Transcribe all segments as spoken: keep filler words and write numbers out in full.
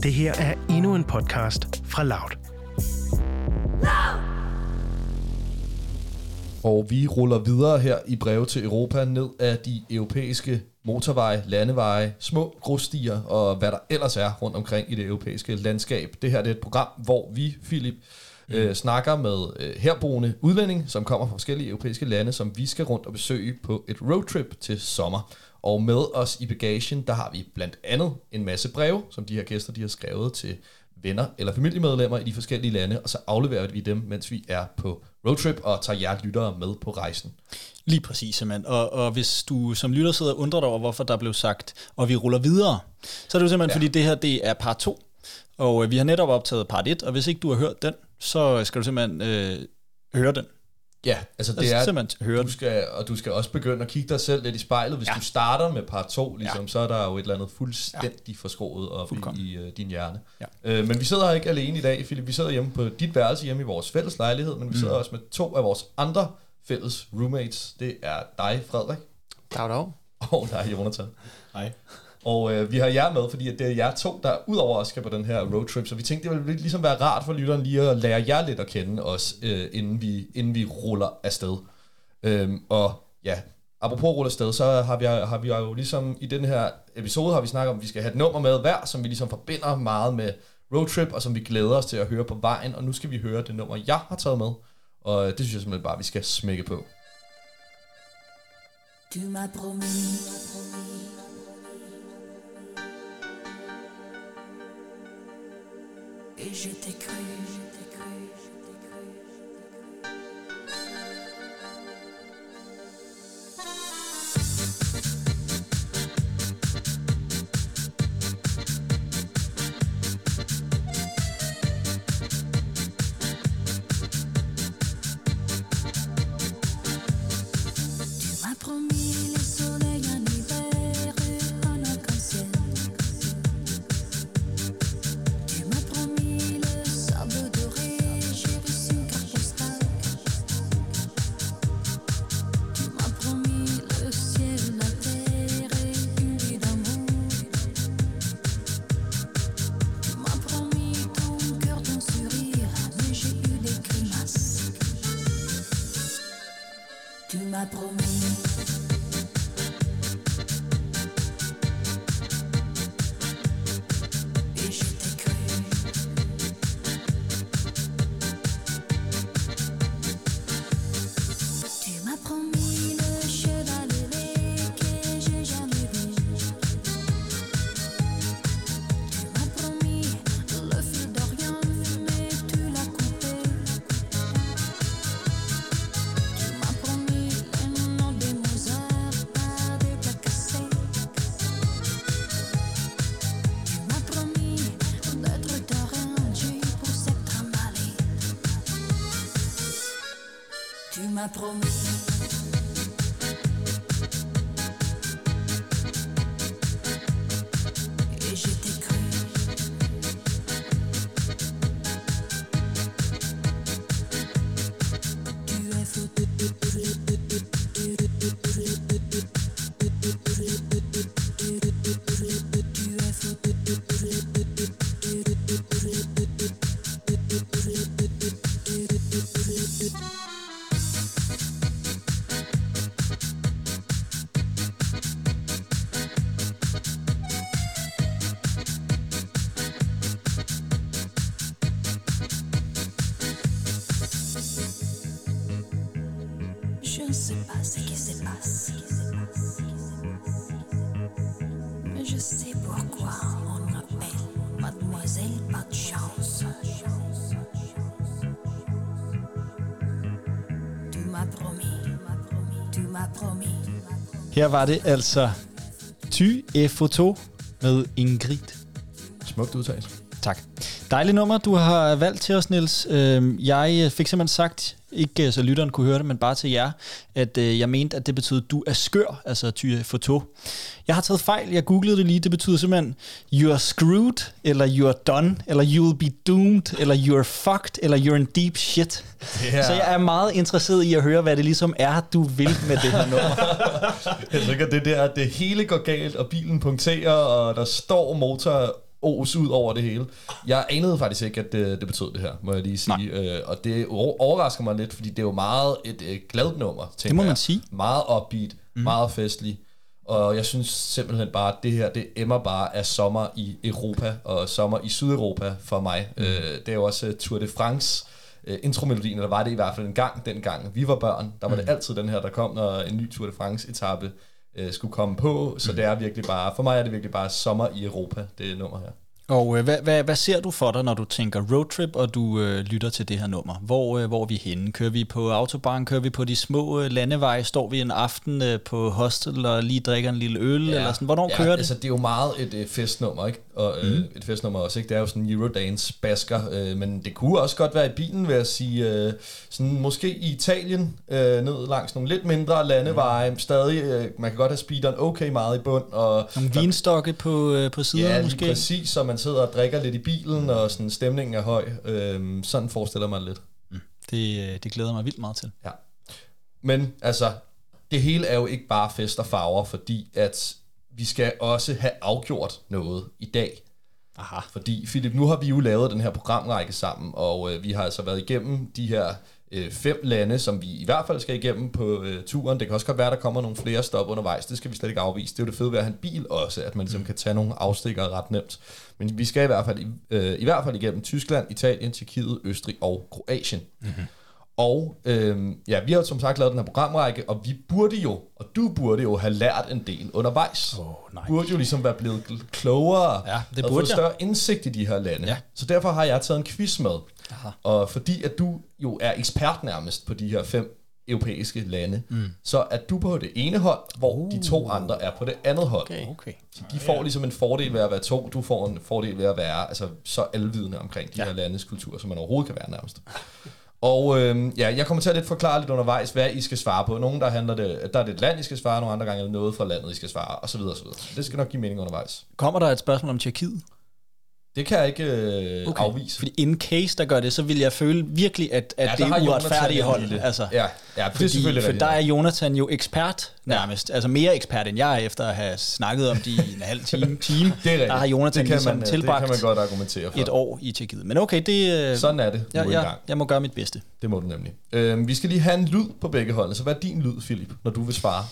Det her er endnu en podcast fra Loud. Og vi ruller videre her i Breve til Europa ned ad de europæiske motorveje, landeveje, små grusstier og hvad der ellers er rundt omkring i det europæiske landskab. Det her det er et program, hvor vi, Philip, mm. øh, snakker med øh, herboende udlændinge, som kommer fra forskellige europæiske lande, som vi skal rundt og besøge på et roadtrip til sommer. Og med os i bagagen, der har vi blandt andet en masse breve, som de her gæster de har skrevet til venner eller familiemedlemmer i de forskellige lande, og så afleverer vi dem, mens vi er på roadtrip og tager jer lyttere med på rejsen. Lige præcis, simpelthen. Og, og hvis du som lytter sidder og undrer dig over, hvorfor der blev sagt, og vi ruller videre, så er det jo simpelthen, ja. fordi det her det er part to, og øh, vi har netop optaget part et, og hvis ikke du har hørt den, så skal du simpelthen øh, høre den. Ja, altså det er, høre du skal, og du skal også begynde at kigge dig selv lidt i spejlet. Hvis ja. du starter med part to, ligesom, ja. så er der jo et eller andet fuldstændig ja. forskroet op i, i uh, din hjerne. Ja. Uh, men vi sidder her ikke alene i dag, Philip. Vi sidder hjemme på dit værelse hjemme i vores fælles lejlighed, men vi sidder mm. også med to af vores andre fælles roommates. Det er dig, Frederik. Dag, dag. Og dig, Jonathan. Hej. Og øh, vi har jer med, fordi det er jer to, der udover os skal på den her roadtrip, så vi tænkte, det ville ligesom være rart for lytteren lige at lære jer lidt at kende os, øh, inden, vi, inden vi ruller afsted. Øhm, og ja, apropos rulle afsted, så har vi, har vi jo ligesom i den her episode, har vi snakket om, at vi skal have et nummer med hver, som vi ligesom forbinder meget med roadtrip, og som vi glæder os til at høre på vejen, og nu skal vi høre det nummer, jeg har taget med, og det synes jeg simpelthen bare, vi skal smække på. Du m'as promis. Et je t'ai cru, je t'ai cru, je t'ai cru, je t'ai cru. Tu m'as promis le soleil en hiver, un arc-en-ciel. Her var det altså Tu es photo med Ingrid. Smukt udtagelse. Tak. Dejligt nummer, du har valgt til os, Niels. Jeg fik simpelthen sagt, ikke så lytteren kunne høre det, men bare til jer, at jeg mente, at det betyder, du er skør, altså tu es photo. Jeg har taget fejl, jeg googlede det lige, det betyder simpelthen, you're screwed, eller you're done, eller you'll be doomed, eller you're fucked, eller you're in deep shit. Yeah. Så jeg er meget interesseret i at høre, hvad det ligesom er, du vil med det her nummer. Jeg tænker, det der, det hele går galt, og bilen punkterer, og der står motor os ud over det hele. Jeg anede faktisk ikke, at det, det betød det her, må jeg lige sige. Øh, og det overrasker mig lidt, fordi det er jo meget et øh, glad nummer. Det må man jeg. sige. Meget upbeat, mm. meget festlig. Og jeg synes simpelthen bare, at det her, det emmer bare af sommer i Europa, og sommer i Sydeuropa for mig. Mm. Øh, det er jo også Tour de France uh, intromelodien, eller var det i hvert fald en gang, dengang vi var børn. Der var mm. det altid den her, der kom, når en ny Tour de France-etape uh, skulle komme på. Så mm. det er virkelig bare, for mig er det virkelig bare sommer i Europa, det nummer her. Og øh, hvad, hvad, hvad ser du for dig, når du tænker roadtrip, og du øh, lytter til det her nummer? Hvor, øh, hvor er vi henne? Kører vi på autobahn? Kører vi på de små øh, landeveje? Står vi en aften øh, på hostel og lige drikker en lille øl? Ja, eller sådan? Hvornår ja, kører det? Altså, det er jo meget et øh, festnummer, ikke? Og øh, mm. et festnummer også, ikke? Det er jo sådan Eurodance basker, øh, men det kunne også godt være i bilen, vil jeg sige. Øh, sådan måske i Italien, øh, ned langs nogle lidt mindre landeveje. Mm. Stadig, øh, man kan godt have speederen okay meget i bund. Og nogle vinstokke på, øh, på siden ja, måske? Ja, præcis, så man sidder og drikker lidt i bilen, og sådan stemningen er høj. Øhm, sådan forestiller man lidt. Mm. Det, det glæder mig vildt meget til. Ja. Men altså, det hele er jo ikke bare fest og farver, fordi at vi skal også have afgjort noget i dag. Aha. Fordi, Philip, nu har vi jo lavet den her programrække sammen, og øh, vi har altså været igennem de her øh, fem lande, som vi i hvert fald skal igennem på øh, turen. Det kan også godt være, at der kommer nogle flere stop undervejs. Det skal vi slet ikke afvise. Det er jo det fede ved at have en bil også, at man ligesom mm. kan tage nogle afstikker ret nemt. Men vi skal i hvert fald, i, øh, i hvert fald igennem Tyskland, Italien, Tjekkiet, Østrig og Kroatien. Mm-hmm. Og øh, ja, vi har jo som sagt lavet den her programrække, og vi burde jo, og du burde jo have lært en del undervejs. Oh, nej. Burde jo ligesom være blevet klogere, ja, det og burde få større indsigt i de her lande. Ja. Så derfor har jeg taget en quiz med. Aha. Og fordi at du jo er ekspert nærmest på de her fem europæiske lande, mm. så er du på det ene hold, hvor uh. de to andre er på det andet hold. Okay, okay. Så de får ligesom en fordel ved at være to, du får en fordel ved at være altså, så alvidende omkring de ja. her landes kultur, som man overhovedet kan være nærmest. Og øh, ja, jeg kommer til at lidt forklare lidt undervejs, hvad I skal svare på. Nogle der handler det, der er det et land, I skal svare, nogle andre gange er det noget fra landet, I skal svare, og så videre, og så videre. Det skal nok give mening undervejs. Kommer der et spørgsmål om Tjekkiet? Det kan jeg ikke øh, okay. afvise. Fordi in case der gør det, så vil jeg føle virkelig, at, at ja, det er uretfærdigt hold. Altså, ja, ja, det fordi, er selvfølgelig for der er Jonathan jo ekspert nærmest. Ja. Altså mere ekspert end jeg, efter at have snakket om de en halv time. time det er der har Jonathan det kan ligesom man, tilbragt det kan man godt argumentere for. et år i Tjekkiet. Men okay, det... Sådan er det ja, nu ja, engang. Jeg må gøre mit bedste. Det må du nemlig. Øh, vi skal lige have en lyd på begge holdene. Så hvad er din lyd, Philip, når du vil svare?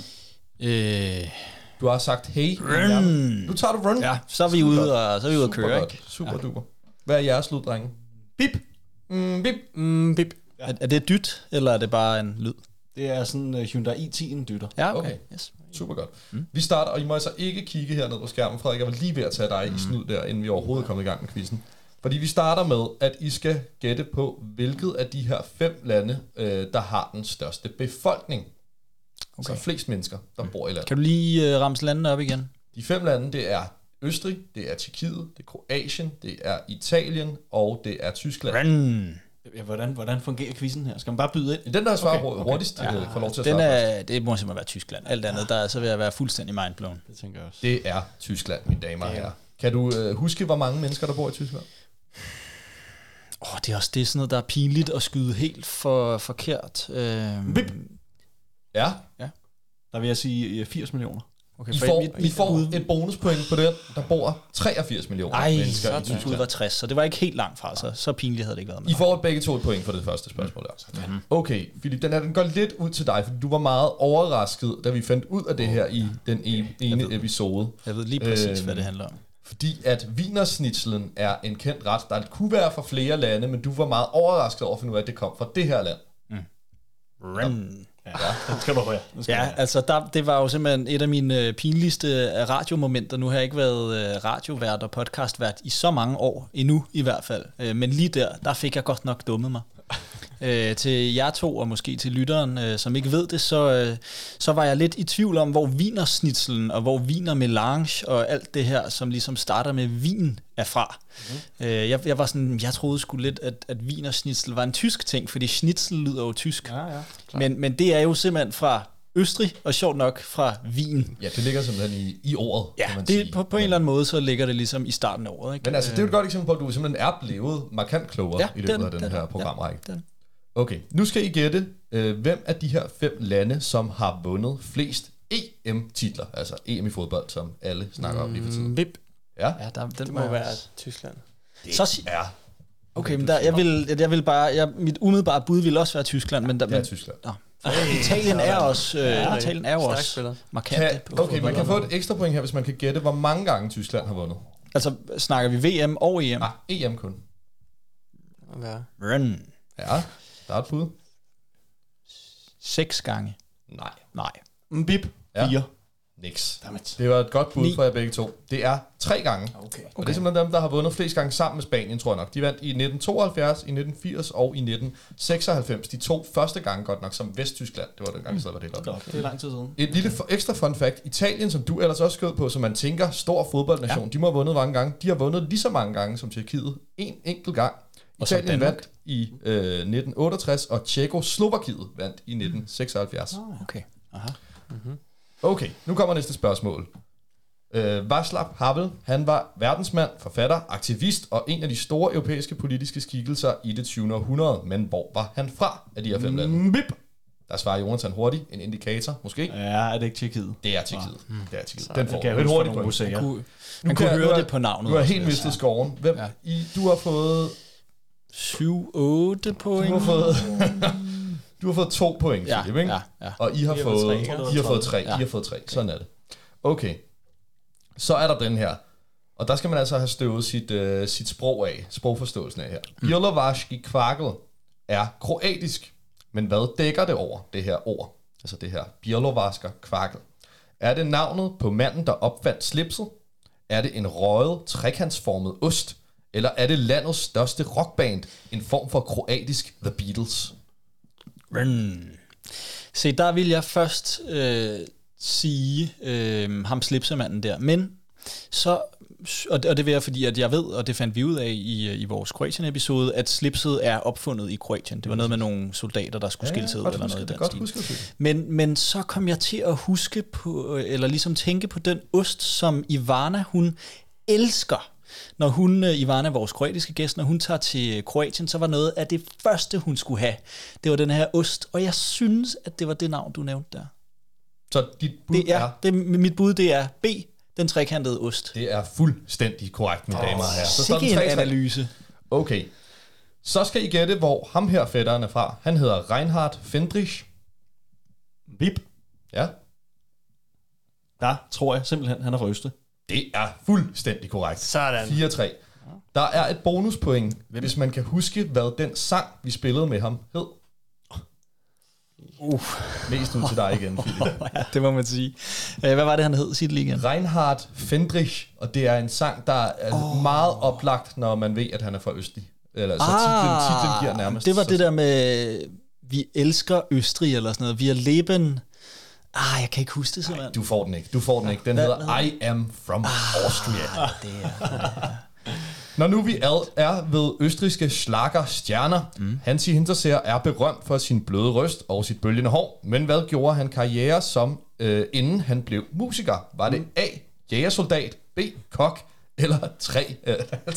Øh... Du har sagt hey. Run. Nu tager du run. Ja, så er vi Super ude og så er vi ude at køre, godt. ikke? Super ja. duper. Hvad er jeres lyd, drenge? Bip. Mm, bip. Mm, bip. Ja. Er, er det dyt, eller er det bare en lyd? Det er sådan uh, Hyundai i ti'en dytter. Ja, okay. okay. Yes. Super godt. Mm. Vi starter, og I må altså ikke kigge hernede på skærmen, Frederik. Jeg var lige ved at tage dig mm. i snyd der, inden vi overhovedet kommer i gang med quizzen. Fordi vi starter med, at I skal gætte på, hvilket af de her fem lande, øh, der har den største befolkning. Okay. Så flest mennesker, der mm. bor i landet. Kan du lige øh, ramse landene op igen? De fem lande, det er Østrig, det er Tjekkiet, det er Kroatien, det er Italien, og det er Tyskland. Run. Ja, hvordan, hvordan fungerer quizzen her? Skal man bare byde ind? Den, der svarer okay, okay. hurtigst, ja. får lov til at Den svare er, først. det må simpelthen være Tyskland. Alt andet, der så vil jeg være fuldstændig mindblown. Det tænker jeg også. Det er Tyskland, mine damer og herrer. Kan du øh, huske, hvor mange mennesker, der bor i Tyskland? Åh, oh, det er også det er sådan noget, der er pinligt at skyde helt for forkert. Øhm, Bip. Ja. ja. Der vil jeg sige firs millioner. Okay, I får, mit, mit I får ud... et bonuspoint på den, der bor treogfirs millioner Ej, mennesker i Tyskland. Ej, var tres, så det var ikke helt langt fra, så, så pinligt havde det ikke været med. I får begge to et point for det første spørgsmål. Mm. Altså. Okay, Philip, den, er, den går lidt ud til dig, for du var meget overrasket, da vi fandt ud af det her i den ene, ene jeg ved, episode. Jeg ved lige præcis, øh, hvad det handler om. Fordi at wienerschnitzelen er en kendt ret, der kunne være fra flere lande, men du var meget overrasket over at finde ud af, at det kom fra det her land. Mm. Run. Ja, det skal du høre. Ja, altså der, det var jo simpelthen et af mine øh, pinligste radiomomenter. Nu har jeg ikke været øh, radiovært og podcastvært i så mange år, endnu i hvert fald. Øh, men lige der, der fik jeg godt nok dummet mig. øh, til jer to, og måske til lytteren, øh, som ikke ved det, så, øh, så var jeg lidt i tvivl om, hvor wienerschnitzelen og hvor wienermelange og alt det her, som ligesom starter med vin, er fra. Mm-hmm. Øh, jeg, jeg var sådan, jeg troede sgu lidt, at, at wienerschnitzel var en tysk ting, fordi schnitzel lyder jo tysk. Ja, ja, men, men det er jo simpelthen fra Østrig, og sjovt nok fra Wien. Ja, det ligger simpelthen i, i ordet, ja, kan man det, sige. På, på en eller anden måde, så ligger det ligesom i starten af året. Ikke? Men altså, det er jo et godt eksempel på, at du simpelthen er blevet markant klogere ja, i løbet den, af den, den her programrække. Ja, den. Okay, nu skal I gætte, øh, hvem af de her fem lande, som har vundet flest E M-titler, altså E M i fodbold, som alle snakker om lige for tiden. Bip. Ja, Ja, der, den Det må må jeg være også- Tyskland. det Så sig- er... Okay, men der, jeg vil, jeg vil bare, jeg, mit umiddelbare bud ville også være Tyskland, men, der, Det er men Tyskland. Nå. Italien er også, øh, Ja, Italien er jo stærkt også spillet. markant. Kan, okay, man kan få et ekstra point her, hvis man kan gætte, hvor mange gange Tyskland har vundet. Altså, snakker vi V M og E M? Nej, E M kun. Ja. Run. Ja, der er et bud. Seks gange. Nej. Nej. Mbip. Ja. Fire. Niks. Dammit. Det var et godt bud Ni. fra jer begge to. Det er tre gange. Okay. Og det er simpelthen dem, der har vundet flest gange sammen med Spanien, tror jeg nok. De vandt i nitten tooghalvfjerds, i nitten firs og i nitten seksoghalvfems. De to første gange godt nok som Vesttyskland. Det var den gang, jeg sad var det op. Godt, det er lang tid siden. Et lille for, ekstra fun fact. Italien, som du ellers også skød på, som man tænker stor fodboldnation, ja. De må have vundet mange gange. De har vundet lige så mange gange som Tjekkiet. En enkelt gang. Og som Italien Danmark. vandt i øh, nitten otteogtres, og Tjekkoslovakiet vandt i nitten seksoghalvfjerds. Okay. Aha. Okay, nu kommer næste spørgsmål. Øh, Václav Havel, han var verdensmand, forfatter, aktivist og en af de store europæiske politiske skikkelser i det tyvende århundrede. Men hvor var han fra af de her fem lande? Mbip. Der svarer Jonathan hurtigt. En indikator, måske? Ja, er det ikke Tjekkiet? Det er Tjekkiet. Det er Tjekkiet. Så Den det får kan jeg et huske hurtigt fra nogle point. museer. Kunne, Nu man kunne kan- høre nu er- det på navnet. Nu har også, helt vil jeg mistet sige. scoren. Hvem? Ja. I, du har fået... syv otte point. Du har fået... du har fået to point, Ja, Philip, ikke? ja, ja. Og I har, I har fået, fået tre, I ikke? har fået tre. Ja. I har fået tre. Sådan er det. Okay. Så er der den her. Og der skal man altså have støvet sit, uh, sit sprog af. Sprogforståelsen af her. Mm. Bjelovarski kvakkel er kroatisk. Men hvad dækker det over, det her ord? Altså det her Bjelovarsker kvakkel. Er det navnet på manden, der opfandt slipset? Er det en røget, trekantsformet ost? Eller er det landets største rockband, en form for kroatisk The Beatles? Run. Se, der vil jeg først øh, sige øh, ham slipsemanden der, men så, og det, og det vil jeg, fordi at jeg ved, og det fandt vi ud af i, i vores Kroatien-episode, at slipset er opfundet i Kroatien. Det var noget med nogle soldater, der skulle skille sig ud eller noget i den godt stil. husket, Philip. Men, men så kom jeg til at huske på, eller ligesom tænke på den ost, som Ivana, hun elsker. Når hun, Ivana, vores kroatiske gæst, når hun tager til Kroatien, så var noget af det første, hun skulle have. Det var den her ost, og jeg synes, at det var det navn, du nævnte der. Så dit bud Det er, er, det, mit bud, det er B, den trekantede ost. det er fuldstændig korrekt, mine damer og herrer. Så står Sikke den en tre tre. analyse. Okay. Så skal I gætte, hvor ham her fætteren er fra. Han hedder Reinhard Fendrich. Mbip. Ja, Der tror jeg simpelthen, han er fra Østrig. det er fuldstændig korrekt. Sådan. fire tre. Der er et bonuspoint, hvis man kan huske, hvad den sang, vi spillede med ham, hed. Uh. Mest ud til dig igen, Philip. Ja, det må man sige. Øh, Hvad var det, han hed? Sig det lige igen. Reinhard Fendrich, og det er en sang, der er oh. meget oplagt, når man ved, at han er fra Østrig. Eller, så titlen, titlen giver nærmest. det var så, det der med, vi elsker Østrig eller sådan noget. Vi er leben. Ah, jeg kan ikke huske det simpelthen. Du får den ikke. Du får den ikke. Den Hvad- hedder I am from Austria. Det er, Når nu vi al- er ved østrigske schlagerstjerner, mm. Hansi Hinterseer er berømt for sin bløde røst og sit bølgende hår. Men hvad gjorde han karriere som, øh, inden han blev musiker? Var det A, jægersoldat, B, kok, eller tre, øh,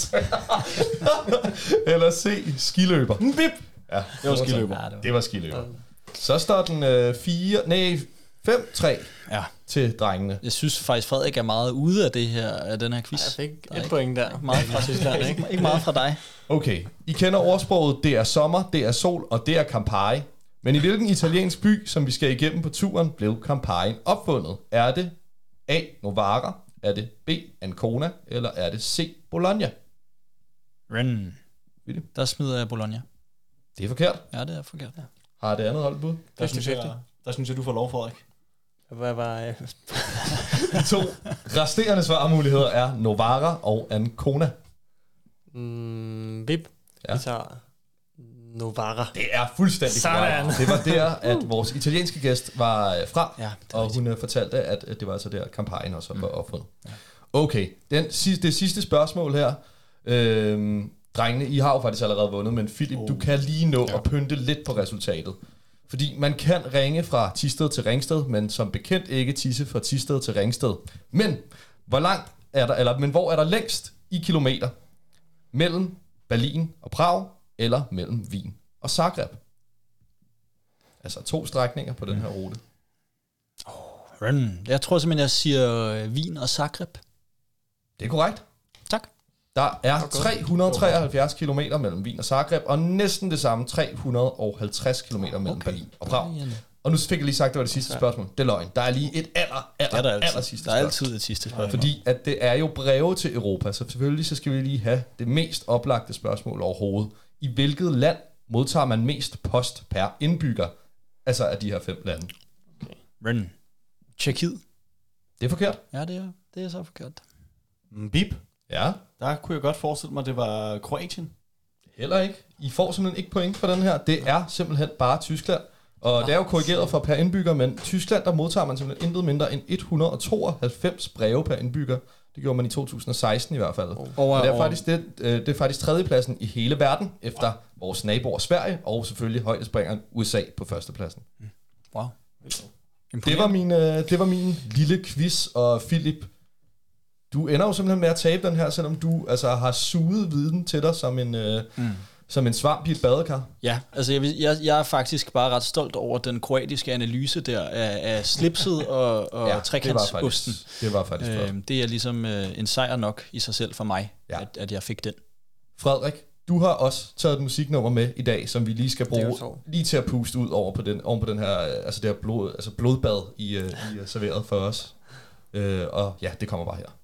eller C, skiløber? Mbip. Ja, Det var skiløber. Ja, det var- det var skiløber. Så står den øh, fire, nej, fem tre ja. til drengene. Jeg synes faktisk, Frederik er meget ude af, det her, af den her quiz. Jeg fik Der er et ikke point der. meget fra Tyskland, ikke? Ikke meget fra dig. Okay, I kender ordsproget, det er sommer, det er sol, og det er Campari. Men i hvilken italiensk by, som vi skal igennem på turen, blev Campari opfundet? Er det A, Novara, er det B, Ancona, eller er det C, Bologna? Ren. Philip? Der smider jeg Bologna. Det er forkert. Ja, det er forkert. Ja. Har det andet holdt bud? Der synes, jeg, der synes jeg, du får lov, Frederik. Hvad var jeg? De to resterende svarmuligheder er Novara og Ancona. Mm, Vip. Ja. Vi tager Novara. Det er fuldstændig Sådan. korrekt. Det var der, at vores italienske gæst var øh, fra, Ja, det er og rigtigt. hun øh, fortalte, at, at det var altså der, Campari også var opfundet. Okay, den, sidste- det sidste spørgsmål her. Øhm, drengene, I har jo faktisk allerede vundet, men Philip, oh. du kan lige nå ja. at pynte lidt på resultatet. Fordi man kan ringe fra Thisted til Ringsted, men som bekendt ikke tisse fra Thisted til Ringsted. Men hvor langt er der, eller men hvor er der længst i kilometer? Mellem Berlin og Prag, eller mellem Wien og Zagreb? Altså to strækninger på den her rute. Ren. Jeg tror simpelthen, jeg siger øh, Wien og Zagreb. Det er korrekt. Der er tre hundrede og treoghalvfjerds kilometer mellem Wien og Zagreb, og næsten det samme tre hundrede og halvtreds kilometer mellem okay. Berlin og Prag. Og nu fik jeg lige sagt, at det var det sidste spørgsmål. Det er løgn. Der er lige et aller, aller, der er der aller sidste Der er spørgsmål. altid et sidste spørgsmål. Fordi at det er jo breve til Europa, så selvfølgelig så skal vi lige have det mest oplagte spørgsmål overhovedet. I hvilket land modtager man mest post per indbygger? Altså af de her fem lande. Okay. Tjekkiet. Det er forkert. Ja, det er, det er så forkert. Bip. Ja. Der kunne jeg godt forestille mig, at det var Kroatien. Heller ikke. I får simpelthen ikke point for den her. Det er simpelthen bare Tyskland. Og det er jo korrigeret for per indbygger, men Tyskland, der modtager man simpelthen intet mindre end et hundrede og tooghalvfems breve per indbygger. Det gjorde man i to tusind og seksten i hvert fald. Over, og det er, faktisk det, det er faktisk tredjepladsen i hele verden, efter vores naboer Sverige, og selvfølgelig højdespringeren U S A på førstepladsen. Wow. Det var, min, det var min lille quiz, og Philip, du ender jo simpelthen med at tabe den her, selvom du altså har suget viden til dig som en, mm. som en svamp i et badekar. Ja, altså jeg, jeg, jeg er faktisk bare ret stolt over den kroatiske analyse der af, af slipset og, og ja, trekantsosten. Det var faktisk øh, Det er ligesom øh, en sejr nok i sig selv for mig, ja. at, at jeg fik den. Frederik, du har også taget et musiknummer med i dag, som vi lige skal bruge lige til at puste ud over på den, oven på den her, altså det her blod, altså blodbad, I, uh, I er serveret for os. Uh, og ja, det kommer bare her.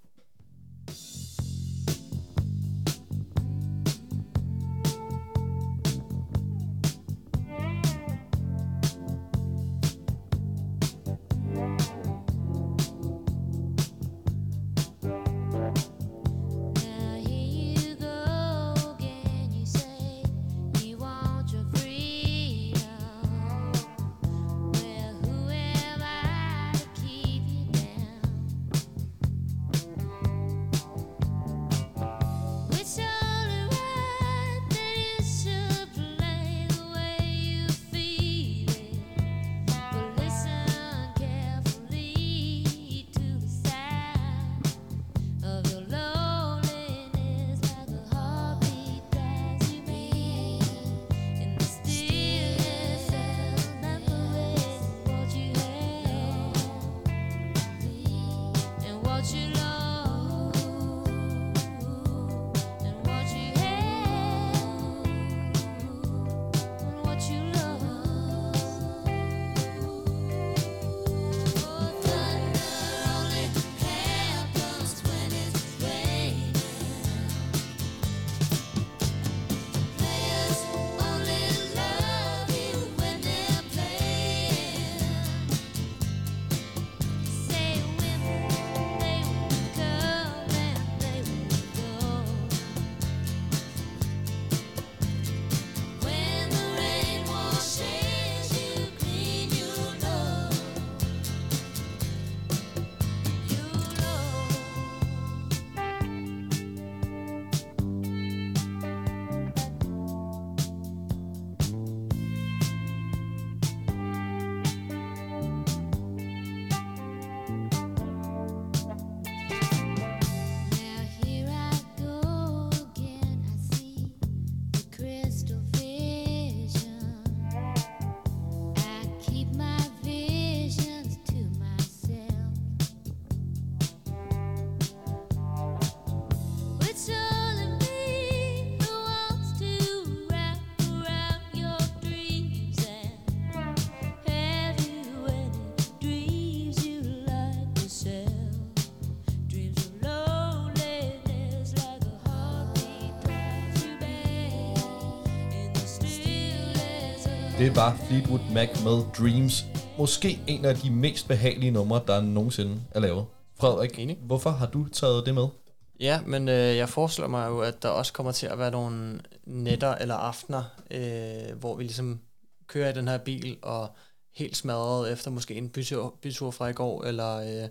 Det var Fleetwood Mac med Dreams. Måske en af de mest behagelige numre, der nogensinde er lavet. Frederik, Enig. hvorfor har du taget det med? Ja, men øh, jeg forestiller mig jo, at der også kommer til at være nogle nætter eller aftener, øh, hvor vi ligesom kører i den her bil og helt smadret efter måske en bytur, bytur fra i går, eller øh,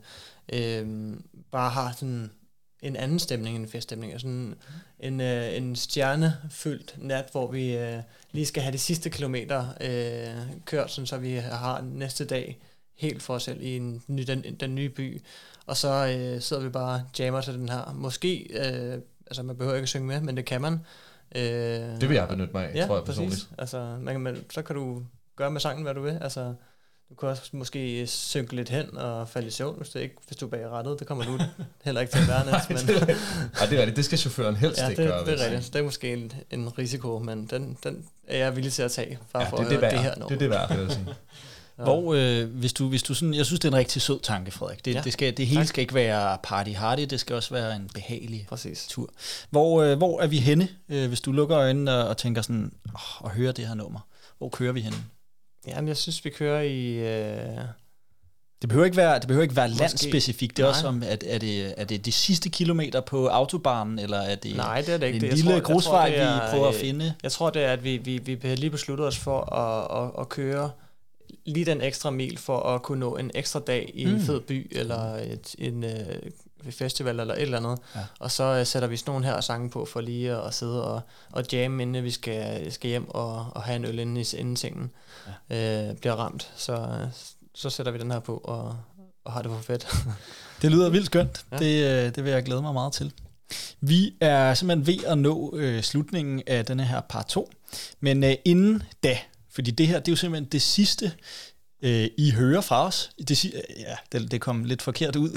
øh, bare har sådan en anden stemning end en feststemning. Altså en, en, øh, en stjernefyldt nat, hvor vi øh, lige skal have de sidste kilometer øh, kørt, sådan, så vi har næste dag helt for os selv i en, ny, den, den nye by. Og så øh, sidder vi bare og jammer til den her. Måske, øh, altså man behøver ikke at synge med, men det kan man. Øh, det vil jeg benytte mig af, ja, tror jeg personligt. Altså, man, man, så kan du gøre med sangen, hvad du vil. Altså, Du kan også måske synke lidt hen og falde i søvn, hvis du, ikke, hvis du er bag rattet. Det kommer du heller ikke til at være næsten. Men Nej, det er rigtigt. Det skal chaufføren helst ja, ikke det, gøre. det er rigtigt. Det er måske en, en risiko, men den, den er jeg villig til at tage, bare Ja, for det er at det høre værd. det her Det nummer. er det værd, vil jeg sige. Ja. Hvor, øh, hvis du, hvis du sådan, jeg synes, det er en rigtig sød tanke, Frederik. Det, Ja. det, skal, det hele Tak. skal ikke være party-hardy, det skal også være en behagelig Præcis. tur. Hvor, øh, hvor er vi henne, øh, hvis du lukker øjnene og, og tænker sådan, åh, og hører det her nummer? Hvor kører vi henne? Jamen, jeg synes, vi kører i... Øh, Det behøver ikke være, det behøver ikke være Måske. landsspecifikt. Det er Nej. også om, at er det, er det de sidste kilometer på autobanen, eller er det nej, det er det ikke. en Det- jeg lille tror- jeg tror, grusvej, det er, vi prøver at øh, finde? Jeg tror, det er, at vi, vi, vi har lige besluttet os for at, at, at køre lige den ekstra mil for at kunne nå en ekstra dag i en Mm. fed by, eller et, en øh, festival, eller et eller andet. Ja. Og så øh, sætter vi sådan nogle her sange på for lige at, at sidde og, og jamme, inden vi skal, skal hjem og, og have en øl inden, i- inden sengen ja. øh, bliver ramt. Så, øh, så sætter vi den her på og, og har det for fedt. Det lyder vildt skønt. Ja. Det, øh, det vil jeg glæde mig meget til. Vi er simpelthen ved at nå øh, slutningen af denne her part to. Men øh, inden da, fordi det her, det er jo simpelthen det sidste, øh, I hører fra os. Det, si- ja, det, det kom lidt forkert ud.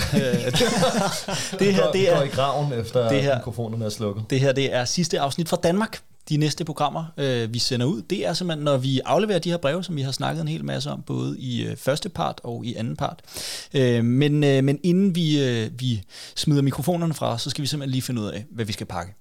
det her, det går er, i graven efter det her- mikrofonen er slukket. det her, det er sidste afsnit fra Danmark. De næste programmer, øh, vi sender ud, det er simpelthen, når vi afleverer de her breve, som vi har snakket en hel masse om, både i øh, første part og i anden part. Øh, men, øh, men inden vi, øh, vi smider mikrofonerne fra os, så skal vi simpelthen lige finde ud af, hvad vi skal pakke.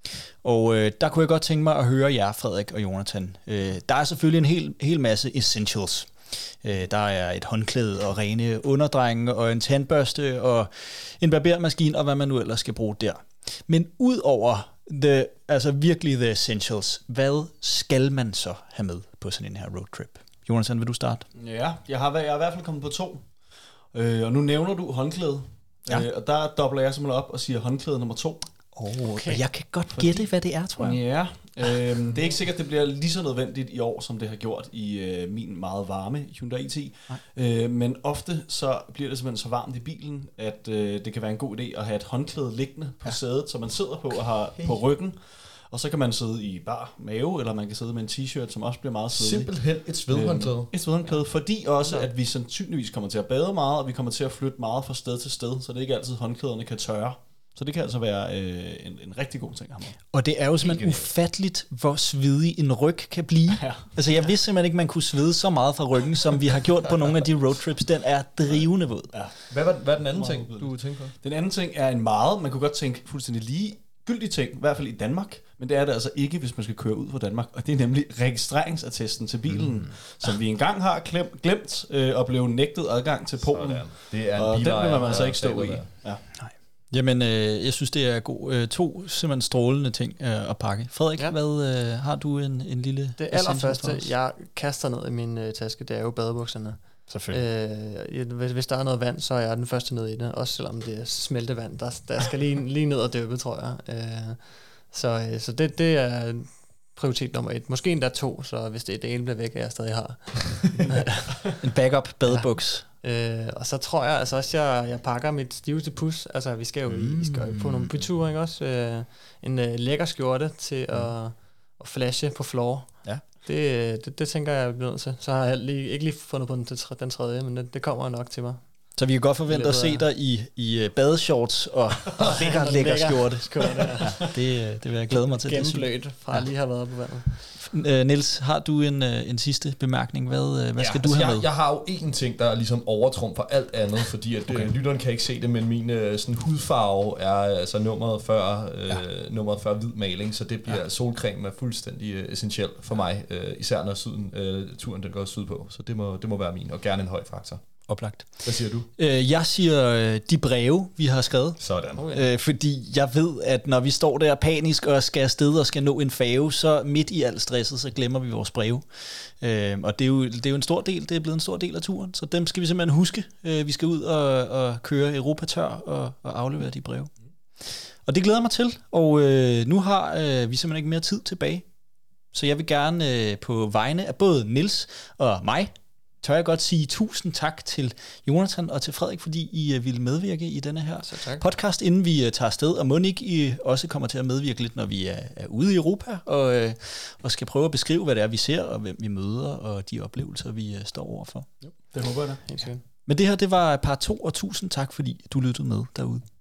Og øh, der kunne jeg godt tænke mig at høre jer, Frederik og Jonathan. Øh, der er selvfølgelig en hel, hel masse essentials. Øh, der er et håndklæde og rene underdrenge og en tandbørste og en barbermaskine og hvad man nu ellers skal bruge der. Men ud over the, altså virkelig the essentials, hvad skal man så have med på sådan en her roadtrip? Jonathan, vil du starte? Ja, jeg har, jeg har i hvert fald kommet på to. Øh, og nu nævner du håndklæde. Ja. Øh, og der dobler jeg simpelthen op og siger håndklæde nummer to. Oh, okay. Jeg kan godt gætte, hvad det er, tror jeg. Ja, øh, det er ikke sikkert, det bliver lige så nødvendigt i år, som det har gjort i øh, min meget varme Hyundai i ti. Øh, men ofte så bliver det simpelthen så varmt i bilen, at øh, det kan være en god idé at have et håndklæde liggende på ja. sædet, som man sidder på og har på ryggen. Og så kan man sidde i bar mave, eller man kan sidde med en t-shirt, som også bliver meget svedig. Simpelthen et svedhåndklæde. Øh, et svedhåndklæde, fordi også, at vi sandsynligvis kommer til at bade meget, og vi kommer til at flytte meget fra sted til sted, så det er ikke altid, håndklæderne kan tørre. Så det kan altså være øh, en, en rigtig god ting at have med. Og det er jo simpelthen ufatteligt, hvor svedig en ryg kan blive. Ja. Altså jeg vidste simpelthen ikke, man kunne svede så meget fra ryggen, som vi har gjort på nogle af de roadtrips. Den er drivende våd. Ja. Hvad var, hvad er den anden Meget ting, ubetydeligt. du tænker på? Den anden ting er en meget, man kunne godt tænke fuldstændig lige gyldig ting, i hvert fald i Danmark, men det er det altså ikke, hvis man skal køre ud fra Danmark, og det er nemlig registreringsattesten til bilen, mm. som vi engang har glemt, glemt øh, og blev nægtet adgang til Polen. Sådan. Det er en Og den vil bilejer, man altså der ikke stå i. taler Ja. Jamen, øh, jeg synes, det er god, øh, to simpelthen strålende ting øh, at pakke. Frederik, ja. Ja. hvad øh, har du en, en lille Det essential for allerførste, os? jeg kaster ned i min øh, taske, det er jo badebukserne. Selvfølgelig. Øh, hvis, hvis der er noget vand, så er jeg den første ned i det. Også selvom det er smeltevand, der, der skal lige, lige ned og døbe, tror jeg. Øh, så øh, så det, det er prioritet nummer et. Måske endda to, så hvis det, det ene bliver væk, er jeg stadig har. En backup badebuks. Øh, og så tror jeg altså også, jeg, jeg pakker mit stiveste pus. Altså, vi skal jo, mm. vi skal jo på nogle byture, ikke også? Øh, en øh, lækker skjorte til mm. at, at flashe på floor. Ja. Det, det, det tænker jeg, jeg bliver nødt til. Så har jeg lige, ikke lige fundet på den, den tredje, men det, det kommer nok til mig. Så vi kan godt forvente at se dig i, i øh, badeshorts og, og lækker, lækker skjorte. skjorte ja. det, øh, det vil jeg glæde mig til. Det er super. Gennemblødt fra at lige have været på vandet. Øh, Niels, har du en, øh, en sidste bemærkning? Hvad, øh, hvad Ja, skal du altså have jeg, med? jeg har jo én ting, der ligesom overtrumfer alt andet, fordi at okay. øh, lytteren kan ikke se det, men min øh, sådan hudfarve er altså nummeret før, øh, ja. nummeret før hvid maling, så det bliver ja. solcreme er fuldstændig øh, essentiel for mig, øh, især når syden, øh, turen den går sydpå, så det må, det må være min, og gerne en høj faktor. Oplagt. Hvad siger du? Øh, jeg siger øh, de breve, vi har skrevet. Sådan. Okay. Øh, fordi jeg ved, at når vi står der panisk og skal afsted og skal nå en færge, så midt i alt stresset, så glemmer vi vores breve. Øh, og det er, jo, det er jo en stor del, det er blevet en stor del af turen, så dem skal vi simpelthen huske. Øh, vi skal ud og, og køre Europa tør og, og aflevere de breve. Og det glæder mig til, og øh, nu har øh, vi simpelthen ikke mere tid tilbage. Så jeg vil gerne øh, på vegne af både Niels og mig tør jeg godt sige tusind tak til Jonathan og til Frederik, fordi I uh, ville medvirke i denne her podcast, inden vi uh, tager afsted. Og Monique, I også kommer til at medvirke lidt, når vi er, er ude i Europa, og, uh, og skal prøve at beskrive, hvad det er, vi ser, og hvem vi møder, og de oplevelser, vi uh, står overfor. Jo, det håber jeg da. Men det her, det var part to, og tusind tak, fordi du lyttede med derude.